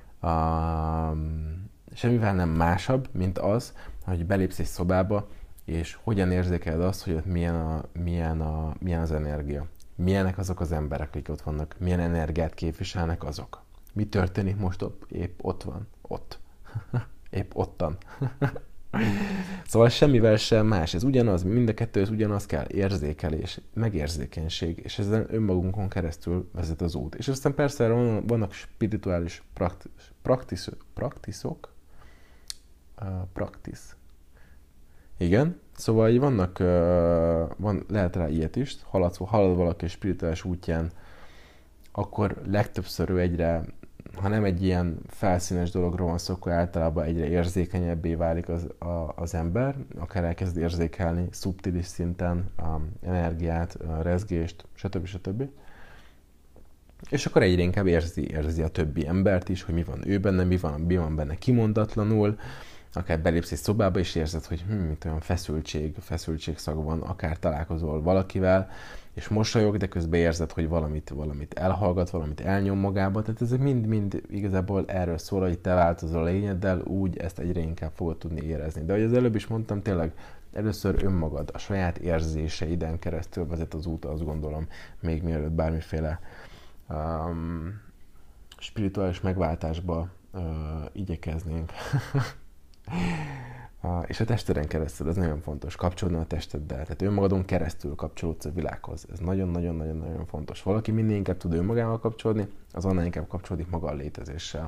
uh, semmivel nem másabb, mint az, hogy belépsz egy szobába, és hogyan érzékeled azt, hogy ott milyen, a, milyen, a, milyen az energia. Milyenek azok az emberek, akik ott vannak, milyen energiát képviselnek azok. Mi történik most ott? Épp ott van. Ott. Épp ottan. Szóval semmivel sem más, ez ugyanaz, mind a kettő, ez ugyanaz kell, érzékelés, megérzékenység, és ezen önmagunkon keresztül vezet az út. És aztán persze vannak spirituális praktisz, praktiszok, uh, praktisz. Igen, szóval így vannak, uh, van, lehet rá ilyet is, halad, halad valaki a spirituális útján, akkor legtöbbször ő egyre, ha nem egy ilyen felszínes dologról van szó, akkor általában egyre érzékenyebbé válik az, a, az ember, akár elkezd érzékelni szubtilis szinten a energiát, a rezgést, stb. stb. És akkor egyre inkább érzi, érzi a többi embert is, hogy mi van ő benne, mi van, mi van benne kimondatlanul, akár belépsz egy szobába, és érzed, hogy hm, mint olyan feszültség, feszültségszag van, akár találkozol valakivel, és mosolyog, de közben érzed, hogy valamit, valamit elhallgat, valamit elnyom magába. Tehát ezek mind-mind igazából erről szól, hogy te változol a lényeddel, úgy ezt egyre inkább fogod tudni érezni. De ahogy az előbb is mondtam, tényleg először önmagad, a saját érzéseiden keresztül vezet az út, azt gondolom, még mielőtt bármiféle um, spirituális megváltásba uh, igyekeznénk. Uh, és a testeden keresztül, ez nagyon fontos, kapcsolódni a testeddel, tehát önmagadon keresztül kapcsolódsz a világhoz. Ez nagyon-nagyon-nagyon fontos. Valaki minél inkább tud önmagával kapcsolódni, az annál inkább kapcsolódik maga a létezéssel.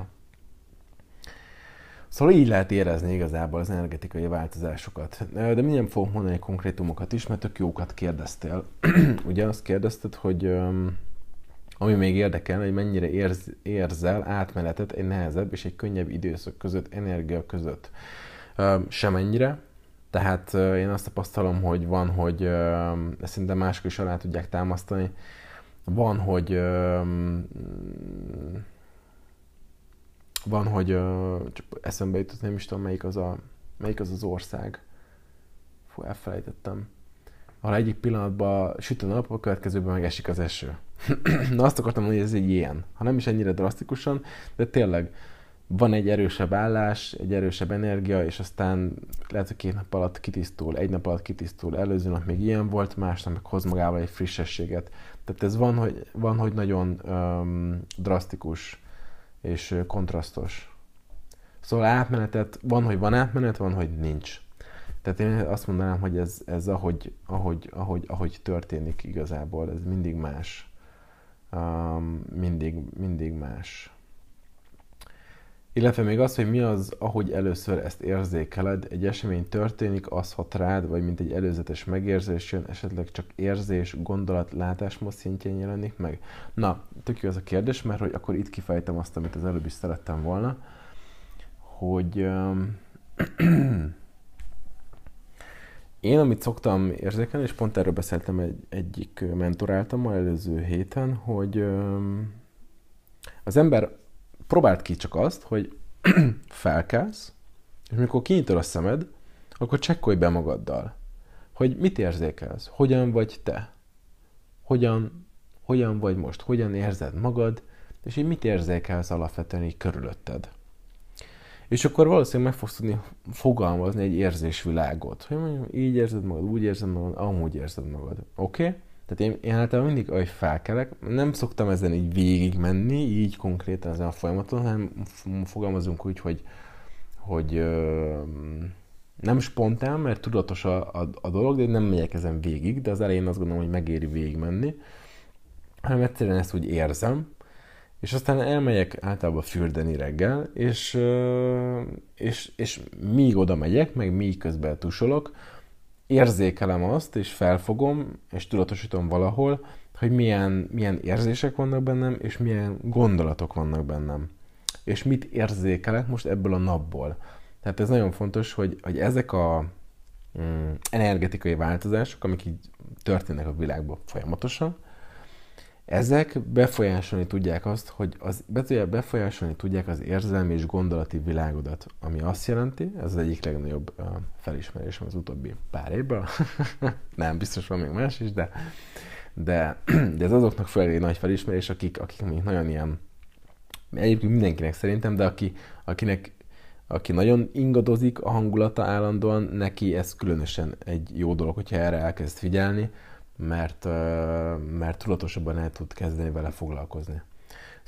Szóval így lehet érezni igazából az energetikai változásokat. De mindjárt fogok mondani konkrétumokat is, mert tök jókat kérdeztél. Ugye azt kérdezted, hogy um, ami még érdekel, hogy mennyire érz, érzel átmenetet egy nehezebb és egy könnyebb időszak között, energia között. Semennyire. Tehát én azt tapasztalom, hogy van, hogy ezt szerintem mások is alá tudják támasztani. Van, hogy van, hogy csak eszembe jutott, nem is tudom, melyik az a, melyik az, az ország. Fú, elfelejtettem. Ahol egyik pillanatban süt a nap, a következőben meg esik az eső. Na azt akartam mondani, hogy ez egy ilyen. Ha nem is ennyire drasztikusan, de tényleg van egy erősebb állás, egy erősebb energia, és aztán lehet, hogy két nap alatt kitisztul, egy nap alatt kitisztul, előző nap még ilyen volt, másnap meg hoz magával egy frissességet. Tehát ez van, hogy, van, hogy nagyon um, drasztikus és kontrasztos. Szóval átmenetet, van, hogy van átmenet, van, hogy nincs. Tehát én azt mondanám, hogy ez, ez ahogy, ahogy, ahogy, ahogy történik igazából, ez mindig más. Um, mindig, mindig más. Illetve még az, hogy mi az, ahogy először ezt érzékeled, egy esemény történik, az hat rád, vagy mint egy előzetes megérzés jön, esetleg csak érzés, gondolat, látásmód szintjén jelenik meg. Na, tök jó ez a kérdés, mert hogy akkor itt kifejtem azt, amit az előbb is szerettem volna, hogy um, én, amit szoktam érzékelni, és pont erről beszéltem egy, egyik mentoráltammal előző héten, hogy um, az ember próbáld ki csak azt, hogy felkelsz, és amikor kinyitod a szemed, akkor csekkolj be magaddal, hogy mit érzékelsz, hogyan vagy te, hogyan, hogyan vagy most, hogyan érzed magad, és így mit érzékelsz alapvetően így körülötted. És akkor valószínűleg meg fogsz tudni fogalmazni egy érzésvilágot, hogy mondjuk így érzed magad, úgy érzed magad, amúgy érzed magad. Oké? Okay? Tehát én, én általában mindig, ahogy felkelek, nem szoktam ezen így végig menni, így konkrétan ezen a folyamaton, hanem fogalmazunk úgy, hogy, hogy ö, nem spontán, mert tudatos a, a, a dolog, de én nem megyek ezen végig, de az elején azt gondolom, hogy megéri végig menni, hanem egyszerűen ezt úgy érzem, és aztán elmegyek általában fürdeni reggel, és, ö, és, és míg oda megyek, meg míg közben tusolok, érzékelem azt, és felfogom, és tudatosítom valahol, hogy milyen, milyen érzések vannak bennem, és milyen gondolatok vannak bennem. És mit érzékelek most ebből a napból. Tehát ez nagyon fontos, hogy, hogy ezek a mm, energetikai változások, amik így történnek a világban folyamatosan, ezek befolyásolni tudják azt, hogy az, befolyásolni tudják az érzelmi és gondolati világodat, ami azt jelenti, ez az egyik legnagyobb uh, felismerésem az utóbbi pár évben. Nem, biztos van még más is, de, de, de ez azoknak főleg egy nagy felismerés, akik, akik még nagyon ilyen, egyébként mindenkinek szerintem, de aki, akinek, aki nagyon ingadozik a hangulata állandóan, neki ez különösen egy jó dolog, hogyha erre elkezd figyelni, mert, mert tudatosabban el tud kezdeni vele foglalkozni.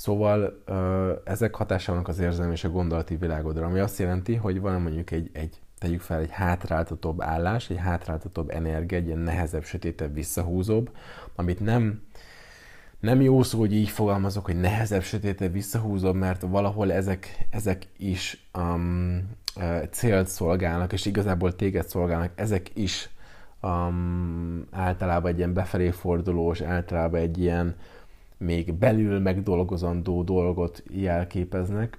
Szóval ezek hatása vannak az érzelmi és a gondolati világodra, ami azt jelenti, hogy van mondjuk egy, egy tegyük fel egy hátráltatóbb állás, egy hátráltatóbb energia, egy ilyen nehezebb, sötétebb, visszahúzóbb, amit nem, nem jó szó, hogy így fogalmazok, hogy nehezebb, sötétebb, visszahúzóbb, mert valahol ezek, ezek is um, célt szolgálnak, és igazából téged szolgálnak, ezek is um, általában egy ilyen befelé fordulós, általában egy ilyen még belül megdolgozandó dolgot jelképeznek.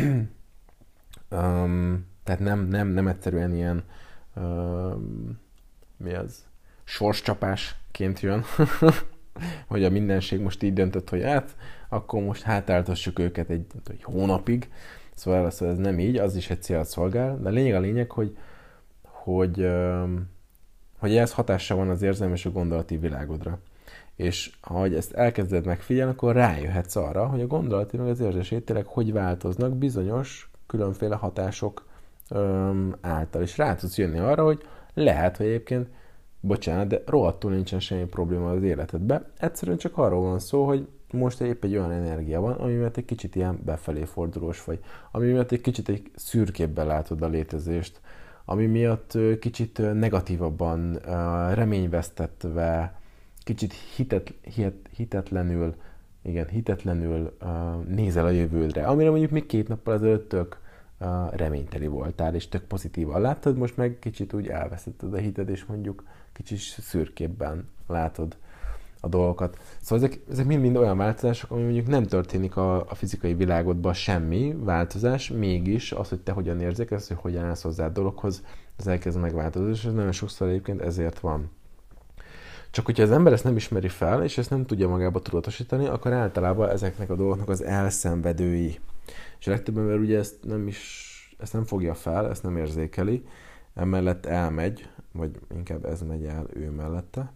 um, tehát nem, nem, nem egyszerűen ilyen um, mi az? Sorscsapásként jön, hogy a mindenség most így döntött, hogy hát, akkor most hátáltassuk őket egy, egy hónapig. Szóval, szóval ez nem így, az is egy célt szolgál, de a lényeg a lényeg, hogy, hogy, hogy ez hatással van az érzelmi és a gondolati világodra. És ha ezt elkezded megfigyelni, akkor rájöhetsz arra, hogy a gondolati meg az érzését tényleg hogy változnak bizonyos különféle hatások öm, által. És rá tudsz jönni arra, hogy lehet, hogy egyébként, bocsánat, de rohadtul nincsen semmi probléma az életedben. Egyszerűen csak arról van szó, hogy most épp egy olyan energia van, ami miatt egy kicsit ilyen befelé fordulós vagy, ami miatt egy kicsit egy szürkébben látod a létezést, ami miatt kicsit negatívabban, reményvesztetve, kicsit hitet, hit, hitetlenül, igen, hitetlenül nézel a jövődre, amire mondjuk még két nappal ezelőtt tök reményteli voltál, és tök pozitívan láttad, most meg kicsit úgy elvesztetted a hited, és mondjuk kicsit szürkébben látod a dolgokat. Szóval ezek, ezek mind-mind olyan változások, ami mondjuk nem történik a, a fizikai világodban semmi változás, mégis az, hogy te hogyan érzékelsz, hogy hogyan állsz hozzá a dologhoz, ez elkezd megváltozni, és ez nagyon sokszor egyébként ezért van. Csak hogyha az ember ezt nem ismeri fel, és ezt nem tudja magába tudatosítani, akkor általában ezeknek a dolgoknak az elszenvedői. És a legtöbb ember ugye ezt nem is, ezt nem fogja fel, ezt nem érzékeli, emellett elmegy, vagy inkább ez megy el ő mellette.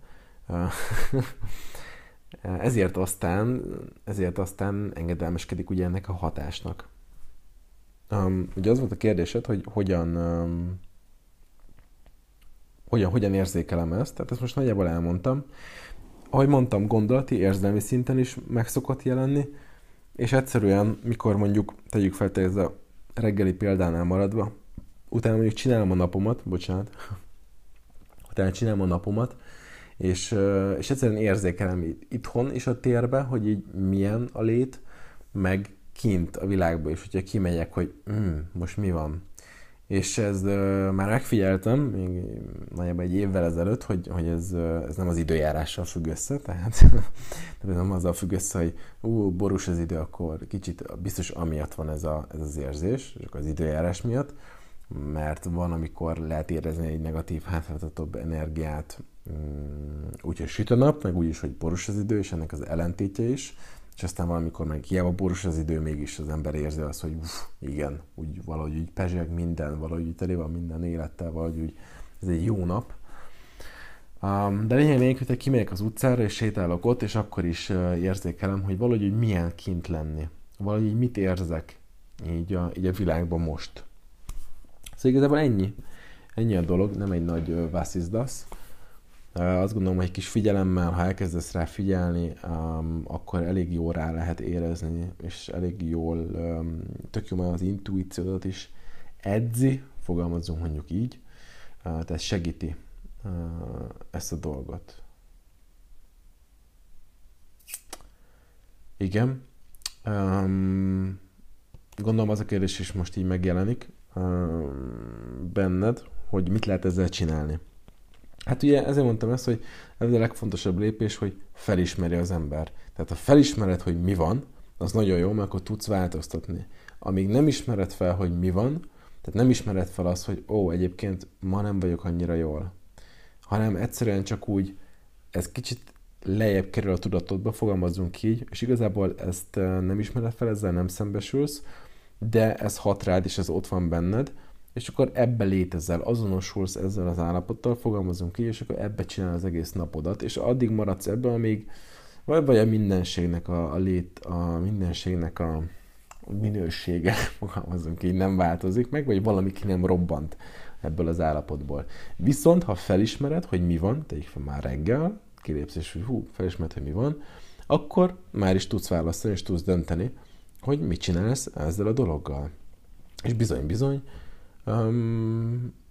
ezért aztán, ezért aztán engedelmeskedik ugye ennek a hatásnak. Um, ugye az volt a kérdésed, hogy hogyan, um, hogyan, hogyan érzékelem ezt, tehát ezt most nagyjából elmondtam. Ahogy mondtam, gondolati, érzelmi szinten is meg szokott jelenni, és egyszerűen, mikor mondjuk, tegyük fel, te ez a reggeli példánál maradva, utána mondjuk csinálom a napomat, bocsánat, utána csinálom a napomat, és, és egyszerűen érzékelem itthon is a térbe, hogy így milyen a lét, meg kint a világban is, hogyha kimegyek, hogy mm, most mi van. És ez uh, már megfigyeltem, még nagyjából egy évvel ezelőtt, hogy, hogy ez, uh, ez nem az időjárással függ össze, tehát nem azzal függ össze, hogy ú, borús az idő, akkor kicsit biztos amiatt van ez, a, ez az érzés, csak az időjárás miatt, mert van, amikor lehet érezni egy negatív, hátráltatóbb energiát, um, úgyhogy süt a nap, meg úgy is, hogy borús az idő, és ennek az ellentétje is, és aztán valamikor meg hiába borús az idő, mégis az ember érzi azt, hogy uff, igen, úgy valahogy úgy pezseg minden, valahogy úgy tele van minden élettel, valahogy úgy, ez egy jó nap. Um, de lényeg lényeg, hogy kimegyek az utcára, és sétálok ott, és akkor is uh, érzékelem, hogy valahogy úgy milyen kint lenni. Valahogy így mit érzek így a, így a világban most. Szóval igazából ennyi. Ennyi a dolog, nem egy nagy uh, vászizdasz. Uh, azt gondolom, hogy egy kis figyelemmel, ha elkezdesz rá figyelni, um, akkor elég jól rá lehet érezni, és elég jól, um, tök jó, az intuíciódat is edzi, fogalmazzunk mondjuk így, uh, tehát segíti uh, ezt a dolgot. Igen. Um, gondolom az a kérdés is most így megjelenik um, benned, hogy mit lehet ezzel csinálni. Hát ugye ezért mondtam ezt, hogy ez a legfontosabb lépés, hogy felismeri az ember. Tehát ha felismered, hogy mi van, az nagyon jó, mert akkor tudsz változtatni. Amíg nem ismered fel, hogy mi van, tehát nem ismered fel azt, hogy ó, egyébként ma nem vagyok annyira jól, hanem egyszerűen csak úgy, ez kicsit lejjebb kerül a tudatodba, fogalmazzunk így, és igazából ezt nem ismered fel, ezzel nem szembesülsz, de ez hat rád, és ez ott van benned, és akkor ebbe létezel, azonosulsz ezzel az állapottal, fogalmazunk ki, és akkor ebbe csinál az egész napodat, és addig maradsz ebbe, amíg vagy, vagy a mindenségnek a, a lét, a mindenségnek a minősége, fogalmazunk így, nem változik meg, vagy valami ki nem robbant ebből az állapotból. Viszont, ha felismered, hogy mi van, tegyük fel már reggel, kilépsz, és hogy hú, felismered, hogy mi van, akkor már is tudsz választani, és tudsz dönteni, hogy mit csinálsz ezzel a dologgal. És bizony-bizony, Um,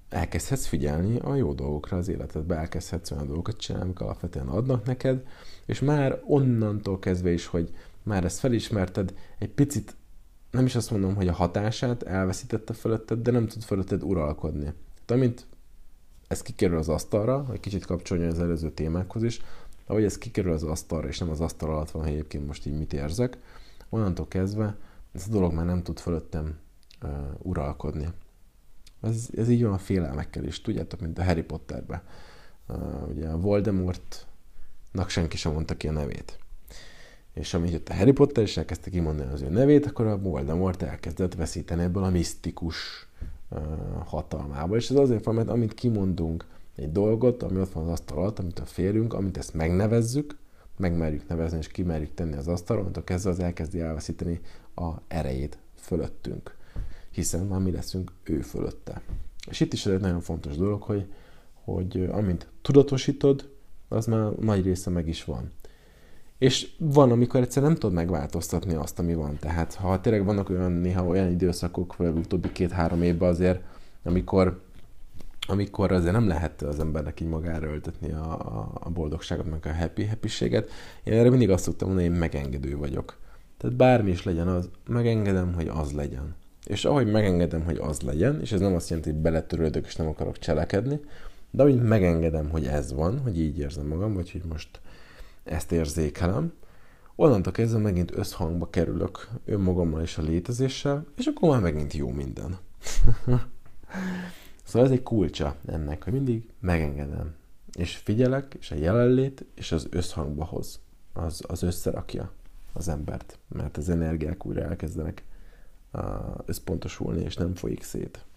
elkezdhetsz figyelni a jó dolgokra az életedbe, elkezdhetsz olyan dolgokat csinálni, amik alapvetően adnak neked, és már onnantól kezdve is, hogy már ezt felismerted, egy picit, nem is azt mondom, hogy a hatását elveszítette fölötted, de nem tud fölötted uralkodni. Tehát amint ez kikerül az asztalra, hogy kicsit kapcsolja az előző témákhoz is, ahogy ez kikerül az asztalra, és nem az asztal alatt van, hogy egyébként most így mit érzek, onnantól kezdve ez a dolog már nem tud fölöttem uh, uralkodni. Ez, ez így van a félelmekkel is, tudjátok, mint a Harry Potterben. Uh, ugye a Voldemortnak senki sem mondta ki a nevét. És amíg jött a Harry Potter, és elkezdte kimondani az ő nevét, akkor a Voldemort elkezdett veszíteni ebből a misztikus uh, hatalmából. És ez azért van, mert amint kimondunk egy dolgot, ami ott van az asztal alatt, amit a félünk, amit ezt megnevezzük, megmerjük nevezni, és kimerjük tenni az asztalon, onnantól kezdve az elkezdi elveszíteni a erejét fölöttünk. Hiszen már mi leszünk ő fölötte. És itt is egy nagyon fontos dolog, hogy, hogy amint tudatosítod, az már nagy része meg is van. És van, amikor egyszerűen nem tudod megváltoztatni azt, ami van. Tehát ha tényleg vannak olyan, néha olyan időszakok, vagy utóbbi két-három évben azért, amikor, amikor azért nem lehet az embernek így magára öltetni a, a boldogságot, meg a happy happységet. Én erre mindig azt szoktam mondani, hogy én megengedő vagyok. Tehát bármi is legyen az, megengedem, hogy az legyen. És ahogy megengedem, hogy az legyen, és ez nem azt jelenti, hogy beletörődök, és nem akarok cselekedni, de ahogy megengedem, hogy ez van, hogy így érzem magam, vagy hogy most ezt érzékelem, onnantól kezdve megint összhangba kerülök önmagammal és a létezéssel, és akkor már megint jó minden. Szóval ez egy kulcsa ennek, hogy mindig megengedem. És figyelek, és a jelenlét, és az összhangba hoz. Az, az összerakja az embert. Mert az energiák újra elkezdenek uh, összpontosulni, és nem folyik szét.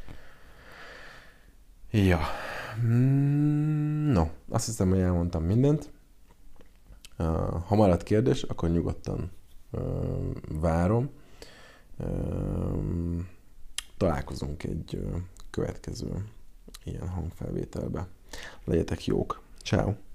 Ja. Mm, no, azt hiszem, hogy elmondtam mindent. Uh, ha maradt kérdés, akkor nyugodtan uh, várom. Uh, találkozunk egy uh, következő ilyen hangfelvételbe. Legyetek jók! Ciao.